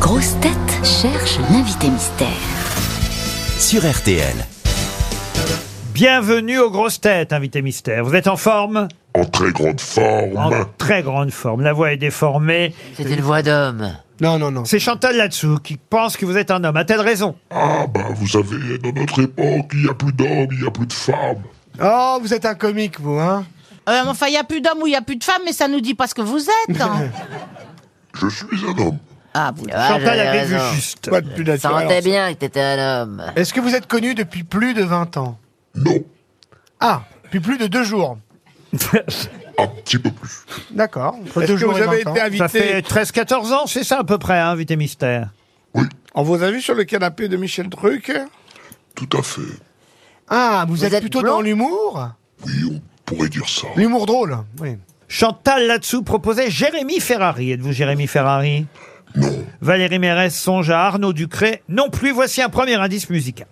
grosses têtes cherchent l'invité mystère. Sur RTL. Bienvenue aux grosses têtes, invité mystère. Vous êtes en forme ? En très grande forme. En très grande forme. La voix est déformée. C'est une voix d'homme. Non. C'est Chantal là-dessous qui pense que vous êtes un homme. A-t-elle raison ? Ah vous savez, dans notre époque, il n'y a plus d'hommes, il n'y a plus de femmes. Oh, vous êtes un comique, vous, hein? Enfin, il n'y a plus d'hommes ou il n'y a plus de femmes, mais ça nous dit pas ce que vous êtes. Hein. Je suis un homme. Ah, vous... Chantal avait vu juste. Pas de plus Ça naturel. sentait bien que t'étais un homme. Est-ce que vous êtes connu depuis plus de 20 ans? Non, Ah, depuis plus de 2 jours. un petit peu plus. D'accord. Entre Est-ce 2 que jours vous et avez 20 ans. été invité Ça fait 13-14 ans, c'est ça à peu près, hein, invité mystère. On vous a vu sur le canapé de Michel Druck? Tout à fait. Ah, vous êtes êtes plutôt blanc dans l'humour? Oui, on pourrait dire ça. L'humour drôle, oui. Chantal là-dessous proposait Jérémy Ferrari. Êtes-vous Jérémy Ferrari ? Non. Valérie Mérès songe à Arnaud Ducré. Non plus, voici un premier indice musical.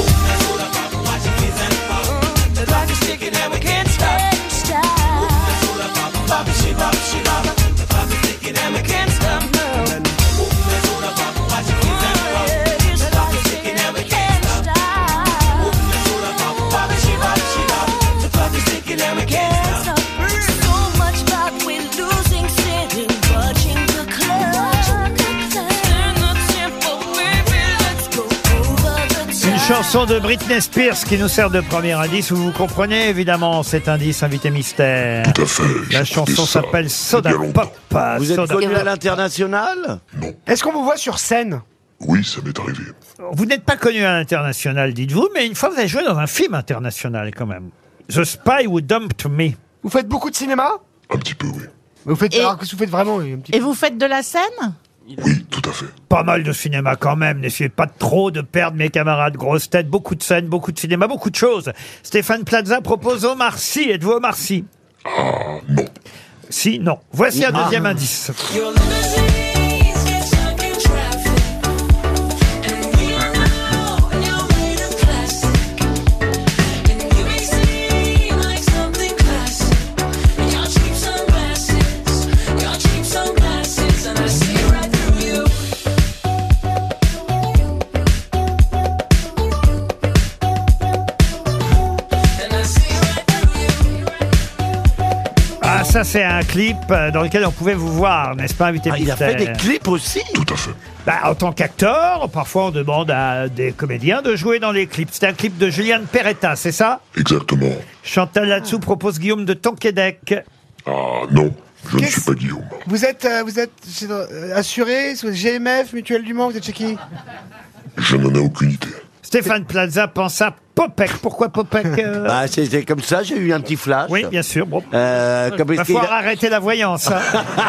Une chanson de Britney Spears qui nous sert de premier indice. Vous comprenez évidemment cet indice, invité mystère. Tout à fait. La j'ai écouté chanson ça s'appelle Soda il y a longtemps. Pop. Vous êtes Soda connu Pop. à l'international? Est-ce qu'on vous voit sur scène? Oui, ça m'est arrivé. Vous n'êtes pas connu à l'international, dites-vous, mais une fois vous avez joué dans un film international quand même. The Spy Who Dumped Me. Vous faites beaucoup de cinéma? Un petit peu, oui. Vous faites, Et- alors, qu'est-ce que vous faites vraiment? Un petit Et vous faites de la scène? Oui, tout à fait. Pas mal de cinéma quand même. N'essayez pas trop de perdre mes camarades grosses têtes. Beaucoup de scènes, beaucoup de cinéma, beaucoup de choses. Stéphane Plaza propose Omar Sy. Êtes-vous Omar Sy? Ah, non. Si, non. Voici un deuxième indice. Ah, ça c'est un clip dans lequel on pouvait vous voir, n'est-ce pas, invité Il a mystère? fait des clips aussi? Tout à fait. Bah, en tant qu'acteur, parfois on demande à des comédiens de jouer dans les clips. C'était un clip de Juliane Peretta, c'est ça? Exactement. Chantal là-dessous propose Guillaume de Tonquédec. Ah, non. Je ne Qu'est-ce- suis pas Guillaume. Vous êtes assuré, GMF, Mutuelle du Mans, vous êtes chez qui? Je n'en ai aucune idée. Stéphane Plaza pense à Popek. Pourquoi Popek Bah, c'est comme ça, j'ai eu un petit flash. Oui, bien sûr. Bon. Comme Va falloir arrêter la voyance. Hein.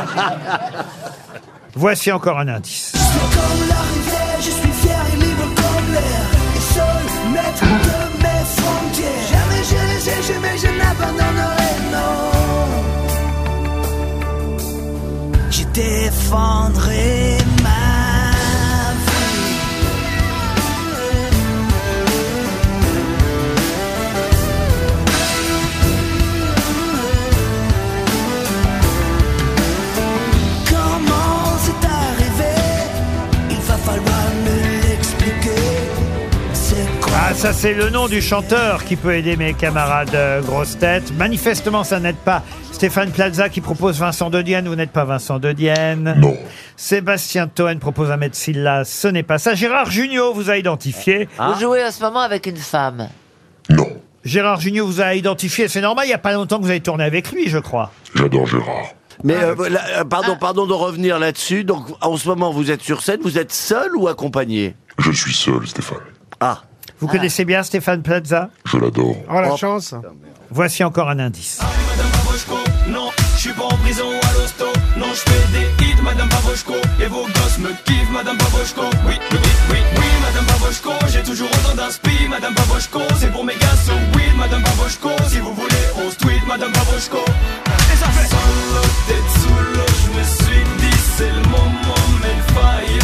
Voici encore un indice. Comme la rivière, je suis fier et libre comme l'air. Et seul maître de mes frontières. Jamais je les ai, jamais je n'abandonnerai, non. Je défendrai ma Comment c'est arrivé? Il va falloir me l'expliquer. C'est quoi? Ah, ça c'est le nom du chanteur qui peut aider mes camarades grosses têtes. Manifestement, ça n'aide pas. Stéphane Plaza qui propose Vincent de Dienne. Vous n'êtes pas Vincent de Dienne. Non. Sébastien Toen propose Ahmed Silla. Ce n'est pas ça. Gérard Jugnot vous a identifié. Vous jouez en ce moment avec une femme. Non. Gérard Jugnot vous a identifié. C'est normal, il n'y a pas longtemps que vous avez tourné avec lui, je crois. J'adore Gérard. Mais pardon de revenir là-dessus. Donc, en ce moment, vous êtes sur scène, vous êtes seul ou accompagné? Je suis seul, Stéphane. Ah. Vous connaissez bien Stéphane Plaza? Je l'adore. Oh, la chance. Voici encore un indice. Madame Pavoshko, non, je suis pas en prison à l'hosto. Non, je fais des hits, Madame Pavoshko. Et vos gosses me kiffent, Madame Pavoshko. Oui, Madame Pavoshko. J'ai toujours autant d'inspi, Madame Pavoshko. C'est pour mes gars, so weed, Madame Pavoshko. Si vous voulez, on se tweet, Madame Pavoshko. Et ça fait sans l'eau, tête sous l'eau. Je me suis dit, c'est le moment, mais fire.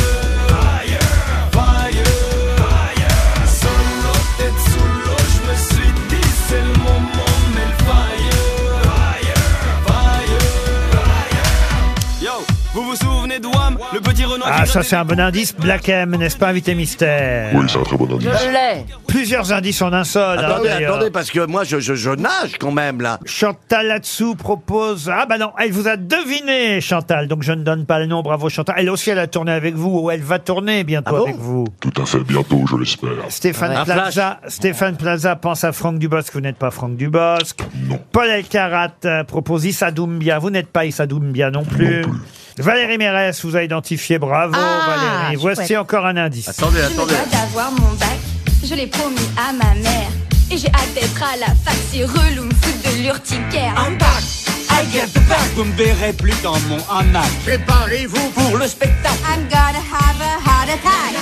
Vous vous souvenez de WAM, le petit Renaud Ah, ça c'est un bon indice. Black M, n'est-ce pas, invité mystère? Oui, c'est un très bon indice. Je l'ai. Plusieurs indices en un seul. hein, Attendez, d'ailleurs. attendez, parce que moi, je nage quand même, là. Chantal là-dessous propose... Ah bah non, elle vous a deviné, Chantal, donc je ne donne pas le nom, bravo Chantal. Elle aussi, elle a tourné avec vous, ou elle va tourner bientôt avec vous. Tout à fait, bientôt, je l'espère. Stéphane Un Plaza pense à Franck Dubosc, vous n'êtes pas Franck Dubosc. Paul Elkarat propose Issa Doumbia, vous n'êtes pas Issa Doumbia non plus. Valérie Mérès vous a identifié, bravo Valérie. Voici chouette. encore un indice. Attendez, Je me dois d'avoir mon bac, je l'ai promis à ma mère. Et j'ai hâte d'être à la fac, si relou me foutre de l'urticaire. I'm back, I get the back. Vous me verrez plus dans mon hamac. Préparez-vous pour le spectacle. I'm gonna have a heart attack.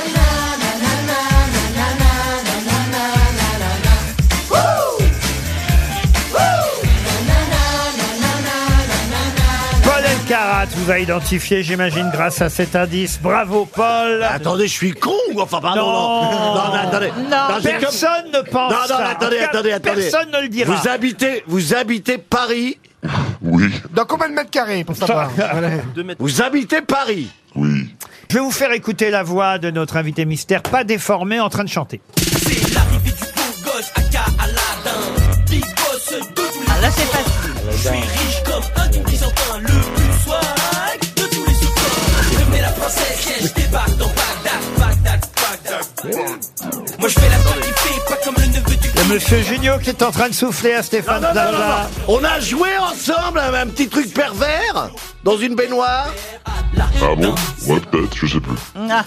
Paul Elkarat vous a identifié, j'imagine, grâce à cet indice. Bravo Paul. Attendez, je suis con ou enfin, pardon, non, attendez. Non, j'ai comme- Personne ne pense Non, ça. attendez. Personne ne le dira. Vous habitez Paris. Oui, Dans combien de mètres carrés, pour savoir? Voilà. Vous habitez Paris. oui. Je vais vous faire écouter la voix de notre invité mystère, pas déformée, en train de chanter. C'est l'arrivée du beau gosse aka Aladdin. Big boss de tous les là c'est facile. Je suis riche comme un du byzantin. Le plus swag de tous les sultans. Devenez la princesse, yeah, je débarque dans Bagdad. Moi je fais la part qui fait pas comme le neveu du Le monsieur Junio qui est en train de souffler à Stéphane Plaza. On a joué ensemble un petit truc pervers dans une baignoire. Ah bon? Ouais, peut-être, je sais plus. Ah.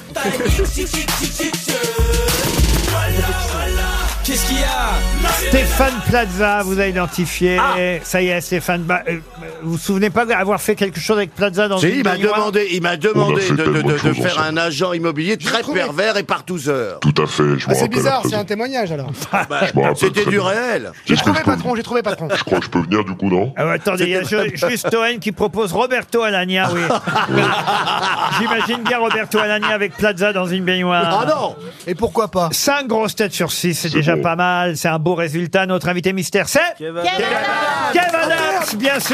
Qu'est-ce qu'il y a? Stéphane Plaza vous a identifié. Ah. Ça y est, Stéphane. Vous vous souvenez pas avoir fait quelque chose avec Plaza dans Si, une il m'a baignoire demandé On a fait tellement de choses faire un ensemble. agent immobilier très trouvé. pervers et partouzeur. Tout à fait, je me Ah, rappelle. c'est bizarre, très c'est un bien. témoignage alors. Bah, Je me rappelle C'était très du bien. réel. J'ai Est-ce que trouvé je peux- patron, j'ai trouvé patron. Je crois que je peux venir du coup, non? Ah ouais, attendez, il y a juste Toen qui propose Roberto Alagna, oui. J'imagine bien Roberto Alagna avec Plaza dans une baignoire. Ah non. Et pourquoi pas? 5 grosses têtes sur 6, c'est déjà bon. pas mal. C'est un beau résultat. Notre invité mystère, c'est Kev Adams, bien sûr.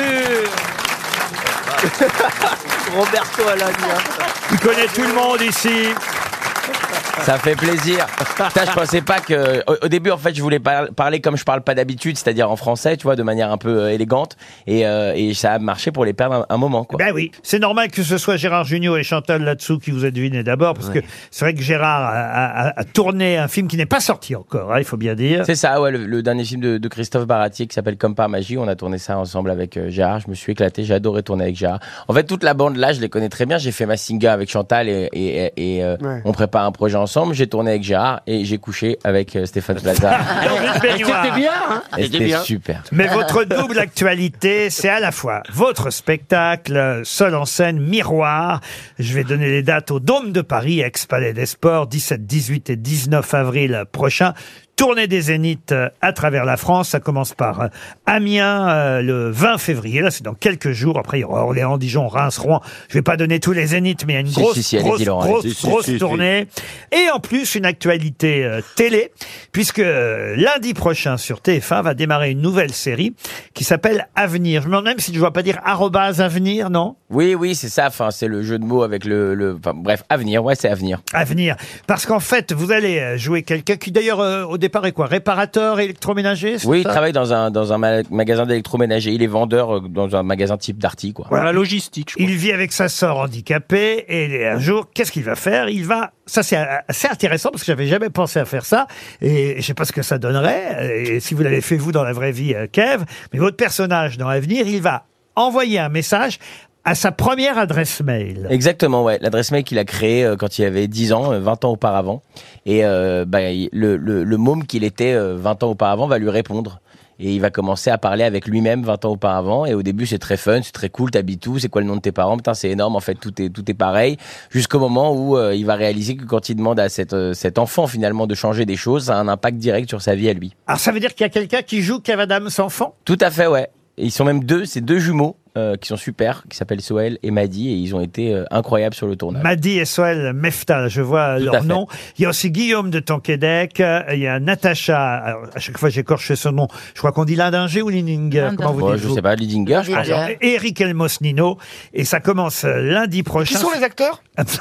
Roberto Alagna. Il connaît tout le monde ici. Ça fait plaisir. Putain, je pensais pas que... Au début, en fait, je voulais parler comme je parle pas d'habitude, c'est-à-dire en français, tu vois, de manière un peu élégante. Et ça a marché pour les perdre un moment, quoi. Ben oui, c'est normal que ce soit Gérard Jugnot et Chantal là-dessous qui vous a deviné d'abord, parce que c'est vrai que Gérard a tourné un film qui n'est pas sorti encore, hein, il faut bien dire. C'est ça, ouais, le dernier film de Christophe Baratier qui s'appelle Comme par magie. On a tourné ça ensemble avec Gérard. Je me suis éclaté, j'ai adoré tourner avec Gérard. En fait, toute la bande là, je les connais très bien. J'ai fait Mazinga avec Chantal et on prépare un projet ensemble. J'ai tourné avec Gérard et j'ai couché avec Stéphane Plaza. Dans une baignoire. C'était bien, hein? Et C'était c'était bien. super. Mais votre double actualité, c'est à la fois votre spectacle, seul en scène, Miroir. Je vais donner les dates au Dôme de Paris, ex-Palais des Sports, 17, 18 et 19 avril prochain. Tournée des Zéniths à travers la France. Ça commence par Amiens le 20 février. Là, c'est dans quelques jours. Après, il y aura Orléans, Dijon, Reims, Rouen. Je vais pas donner tous les Zéniths, mais il y a une grosse tournée. Et en plus, une actualité télé, puisque lundi prochain sur TF1 va démarrer une nouvelle série qui s'appelle Avenir. Je me demande même si je ne dois pas dire @avenir, non? Oui, c'est ça. Enfin, c'est le jeu de mots avec enfin, bref, Avenir. Ouais, c'est Avenir. Avenir. Parce qu'en fait, vous allez jouer quelqu'un qui, d'ailleurs, au départ est quoi? Réparateur électroménager? Oui, il ça travaille dans un magasin d'électroménager. Il est vendeur dans un magasin type Darty, quoi. Voilà. La logistique, je crois. Il vit avec sa sœur handicapée et un jour, qu'est-ce qu'il va faire? Ça c'est assez intéressant parce que j'avais jamais pensé à faire ça et je sais pas ce que ça donnerait et si vous l'avez fait vous dans la vraie vie, Kev, mais votre personnage dans Avenir, il va envoyer un message à sa première adresse mail. Exactement, ouais. L'adresse mail qu'il a créée quand il avait 10 ans, 20 ans auparavant. Et le môme qu'il était 20 ans auparavant va lui répondre. Et il va commencer à parler avec lui-même 20 ans auparavant. Et au début, c'est très fun, c'est très cool, t'habites où, c'est quoi le nom de tes parents? Putain, c'est énorme, en fait, tout est pareil. Jusqu'au moment où il va réaliser que quand il demande à cet enfant, finalement, de changer des choses, ça a un impact direct sur sa vie à lui. Alors ça veut dire qu'il y a quelqu'un qui joue Kev Adams enfant? Tout à fait, ouais. Et ils sont même deux, c'est deux jumeaux. qui sont super, qui s'appellent Soel et Madi, et ils ont été incroyables sur le tournage. Madi et Soel Mefta, je vois Tout leur à fait. nom. Il y a aussi Guillaume de Tonquédec, il y a Natacha, alors, à chaque fois j'écorche son nom, je crois qu'on dit Lindinger ou Lininger, comment vous dites Je sais pas, Lidinger, je pense. Alors, Eric Elmos Nino, et ça commence lundi Qui prochain. sont les acteurs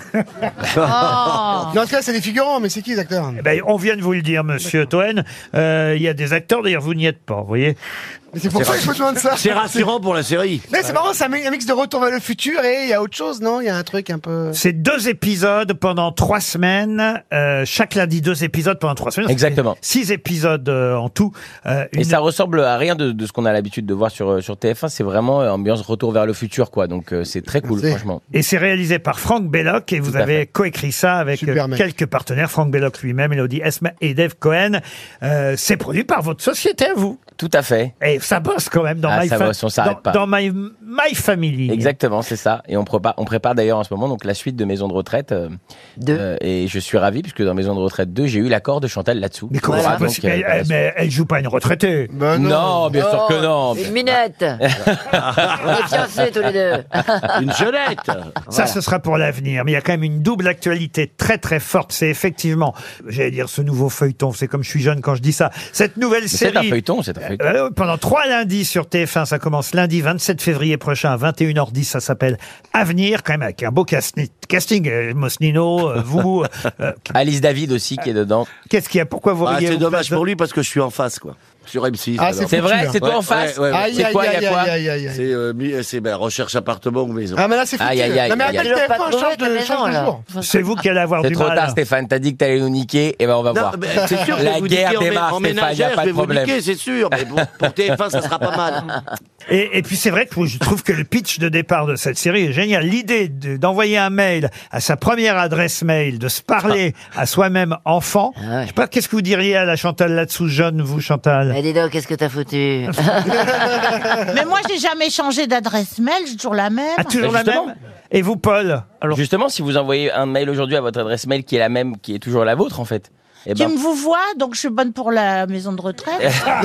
Oh. Non, en tout cas, c'est des figurants, mais c'est qui les acteurs Eh ben, on vient de vous le dire, monsieur Toen. Il y a des acteurs, d'ailleurs, vous n'y êtes pas, vous voyez. Mais c'est pour ça que je me demande ça. C'est rassurant pour la série. Mais c'est marrant, c'est un mix de Retour vers le futur et il y a autre chose, non? Il y a un truc un peu... C'est 2 épisodes pendant 3 semaines. Chaque lundi, 2 épisodes pendant 3 semaines. Exactement. 6 épisodes en tout. Et ça ressemble à rien de ce qu'on a l'habitude de voir sur TF1. C'est vraiment ambiance retour vers le futur, quoi. Donc c'est très cool, franchement. Et c'est réalisé par Franck Belloc et vous Tout à avez fait. coécrit ça avec Super, mec. quelques partenaires, Franck Belloc lui-même, Elodie Esma et Dave Cohen. C'est produit par votre société à vous. Tout à fait. Et ça bosse quand même dans Ah, My ça bosse, on s'arrête pas. dans My Family. Exactement, c'est ça. Et on prépare d'ailleurs en ce moment donc la suite de Maison de retraite. Et je suis ravi puisque dans Maison de retraite 2, j'ai eu l'accord de Chantal là-dessous. Mais comment Voilà, c'est possible? donc, Mais elle joue pas une retraitée. Bah non, bien sûr que non. Une minette. On est fiancés tous les deux. Une jeunette. Ça, ce sera pour l'avenir. Mais il y a quand même une double actualité très très forte. C'est effectivement, j'allais dire, ce nouveau feuilleton. C'est comme je suis jeune quand je dis ça. Cette nouvelle série. C'est un feuilleton, c'est un feuilleton. Pendant 3 lundis sur TF1, ça commence lundi 27 février prochain à 21h10. Ça s'appelle Avenir, quand même avec un beau casting. Mosnino, vous. Alice David aussi qui est dedans. Qu'est-ce qu'il y a? Pourquoi vous riez? C'est dommage pour lui parce que je suis en face, quoi. Sur M6. Ah, alors. C'est vrai, c'est toi en Ouais, face. ouais, ouais. C'est quoi, il y a quoi? C'est recherche appartement ou maison. Ah, mais là, c'est foutu. Aïe, aïe, aïe, Non, mais aïe, appelle aïe. TF1, change de jour. C'est vous qui allez avoir C'est du trop mal. tard, Stéphane. T'as dit que t'allais nous niquer. Et ben on va Non, voir. mais c'est sûr que La vous guerre niquez démarre, en Stéphane. Y a ménagère, pas je de vais vous problème. niquer, c'est sûr. Mais bon, pour TF1, ça sera pas mal. Et puis c'est vrai que je trouve que le pitch de départ de cette série est génial. L'idée d'envoyer un mail à sa première adresse mail, de se parler à soi-même enfant. Ah ouais. Je sais pas, qu'est-ce que vous diriez à la Chantal là-dessous, jeune, vous, Chantal? Eh, dis donc, qu'est-ce que t'as foutu? Mais moi, j'ai jamais changé d'adresse mail, j'ai toujours la même. Ah, toujours la Justement. même? Et vous, Paul? Justement, si vous envoyez un mail aujourd'hui à votre adresse mail qui est la même, qui est toujours la vôtre en fait. Eh Qui ben, me vous voit, donc je suis bonne pour la maison de retraite.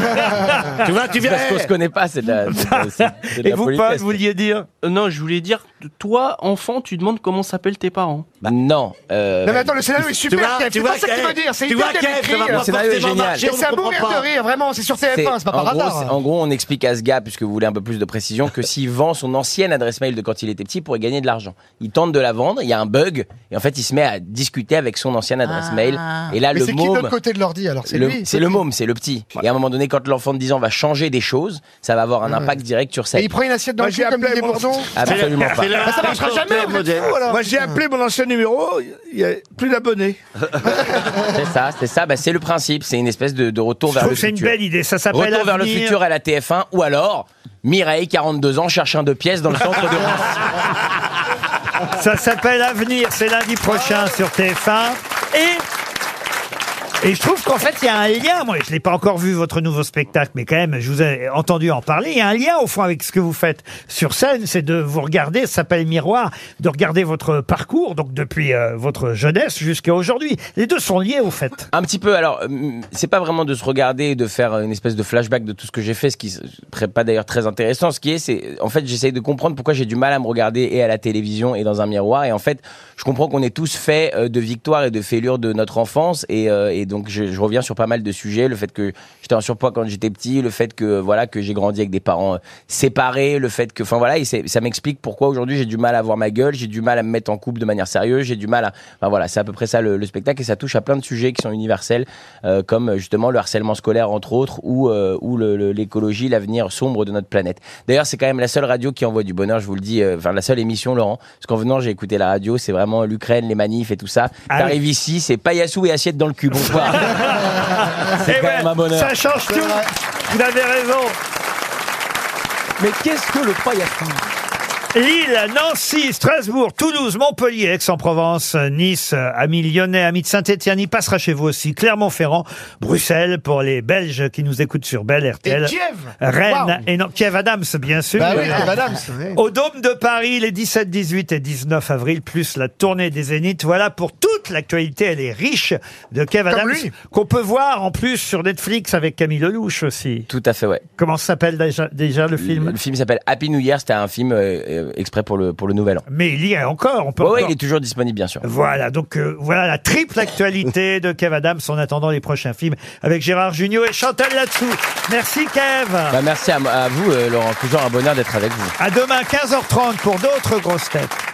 Tu vois, tu viens. parce qu'on se connaît pas, c'est de la, c'est de Et la vous, Paul, politesse. vous vouliez dire? Non, je voulais dire, toi, enfant, tu demandes comment s'appellent tes parents. Non. Non, mais attends, le scénario est super, Kev. C'est pas ça que tu veux dire. C'est hyper bien écrit. Le scénario est génial. C'est un mourir de rire, vraiment. C'est sur TF1, c'est pas par hasard. En gros, on explique à ce gars, puisque vous voulez un peu plus de précision, que s'il vend son ancienne adresse mail de quand il était petit, il pourrait gagner de l'argent. Il tente de la vendre, il y a un bug, et en fait, il se met à discuter avec son ancienne adresse mail. Et là, Mais le c'est qui de môme, l'autre côté de l'ordi, alors? C'est lui? c'est le môme, c'est le petit. Et à un moment donné, quand l'enfant de 10 ans va changer des choses, ça va avoir un impact direct sur Et celle. il prend une assiette dans le cul comme disait Bourdon? Absolument pas. Bah, ça marchera jamais, vous êtes fous, alors. Moi, j'ai appelé mon ancien numéro, il y a plus d'abonnés. C'est ça, bah, c'est le principe, c'est une espèce de retour Je vers trouve le que c'est une futur. belle idée. Ça s'appelle Retour vers le Avenir. futur à la TF1, ou alors Mireille, 42 ans, cherche un 2 pièces dans le centre de Reims. Ça s'appelle Avenir, c'est lundi prochain sur TF1. Et je trouve qu'en fait, il y a un lien. Moi, je l'ai pas encore vu, votre nouveau spectacle, mais quand même, je vous ai entendu en parler. Il y a un lien, au fond, avec ce que vous faites sur scène. C'est de vous regarder, ça s'appelle Miroir, de regarder votre parcours, donc depuis votre jeunesse jusqu'à aujourd'hui. Les deux sont liés, au fait. Un petit peu, alors, c'est pas vraiment de se regarder et de faire une espèce de flashback de tout ce que j'ai fait, ce qui serait pas d'ailleurs très intéressant. Ce qui est, c'est, en fait, j'essaye de comprendre pourquoi j'ai du mal à me regarder et à la télévision et dans un miroir. Et en fait, je comprends qu'on est tous faits de victoires et de fêlures de notre enfance. Et donc, je reviens sur pas mal de sujets. Le fait que j'étais en surpoids quand j'étais petit, le fait que, voilà, que j'ai grandi avec des parents séparés, le fait que, enfin voilà, et ça m'explique pourquoi aujourd'hui j'ai du mal à voir ma gueule, j'ai du mal à me mettre en couple de manière sérieuse, j'ai du mal à, enfin voilà, c'est à peu près ça le spectacle, et ça touche à plein de sujets qui sont universels, comme justement le harcèlement scolaire entre autres, ou l'écologie, l'avenir sombre de notre planète. D'ailleurs, c'est quand même la seule radio qui envoie du bonheur, je vous le dis, enfin la seule émission, Laurent, parce qu'en venant, j'ai écouté la radio, c'est vraiment l'Ukraine, les manifs et tout ça. T'arrives ici, c'est paillassou et assiette dans le cul. Bonsoir. C'est quand même un bonheur. Ça change tout. Vous avez raison. Mais qu'est-ce que le paillassou? Lille, Nancy, Strasbourg, Toulouse, Montpellier, Aix-en-Provence, Nice, amis lyonnais, amis de Saint-Étienne, il passera chez vous aussi. Clermont-Ferrand, Bruxelles pour les Belges qui nous écoutent sur Bell, RTL. Et Kiev. Rennes Wow. et non, Kiev Adams, bien sûr. Bah oui, Kiev Adams, oui. Au Dôme de Paris, les 17, 18 et 19 avril, plus la tournée des Zéniths. Voilà pour toutes toute l'actualité, elle est riche de Kev Comme Adams, lui. qu'on peut voir en plus sur Netflix avec Camille Lelouch aussi. Tout à fait, ouais. Comment s'appelle déjà le film? Le film s'appelle Happy New Year. C'était un film exprès pour le Nouvel An. Mais il y est encore, on peut Ouais, encore... il est toujours disponible, bien sûr. Voilà, donc voilà la triple actualité de Kev Adams en attendant les prochains films avec Gérard Jugnot et Chantal Latsou. Merci Kev. Bah, merci à vous, Laurent. Toujours un bonheur d'être avec vous. À demain 15h30 pour d'autres grosses têtes.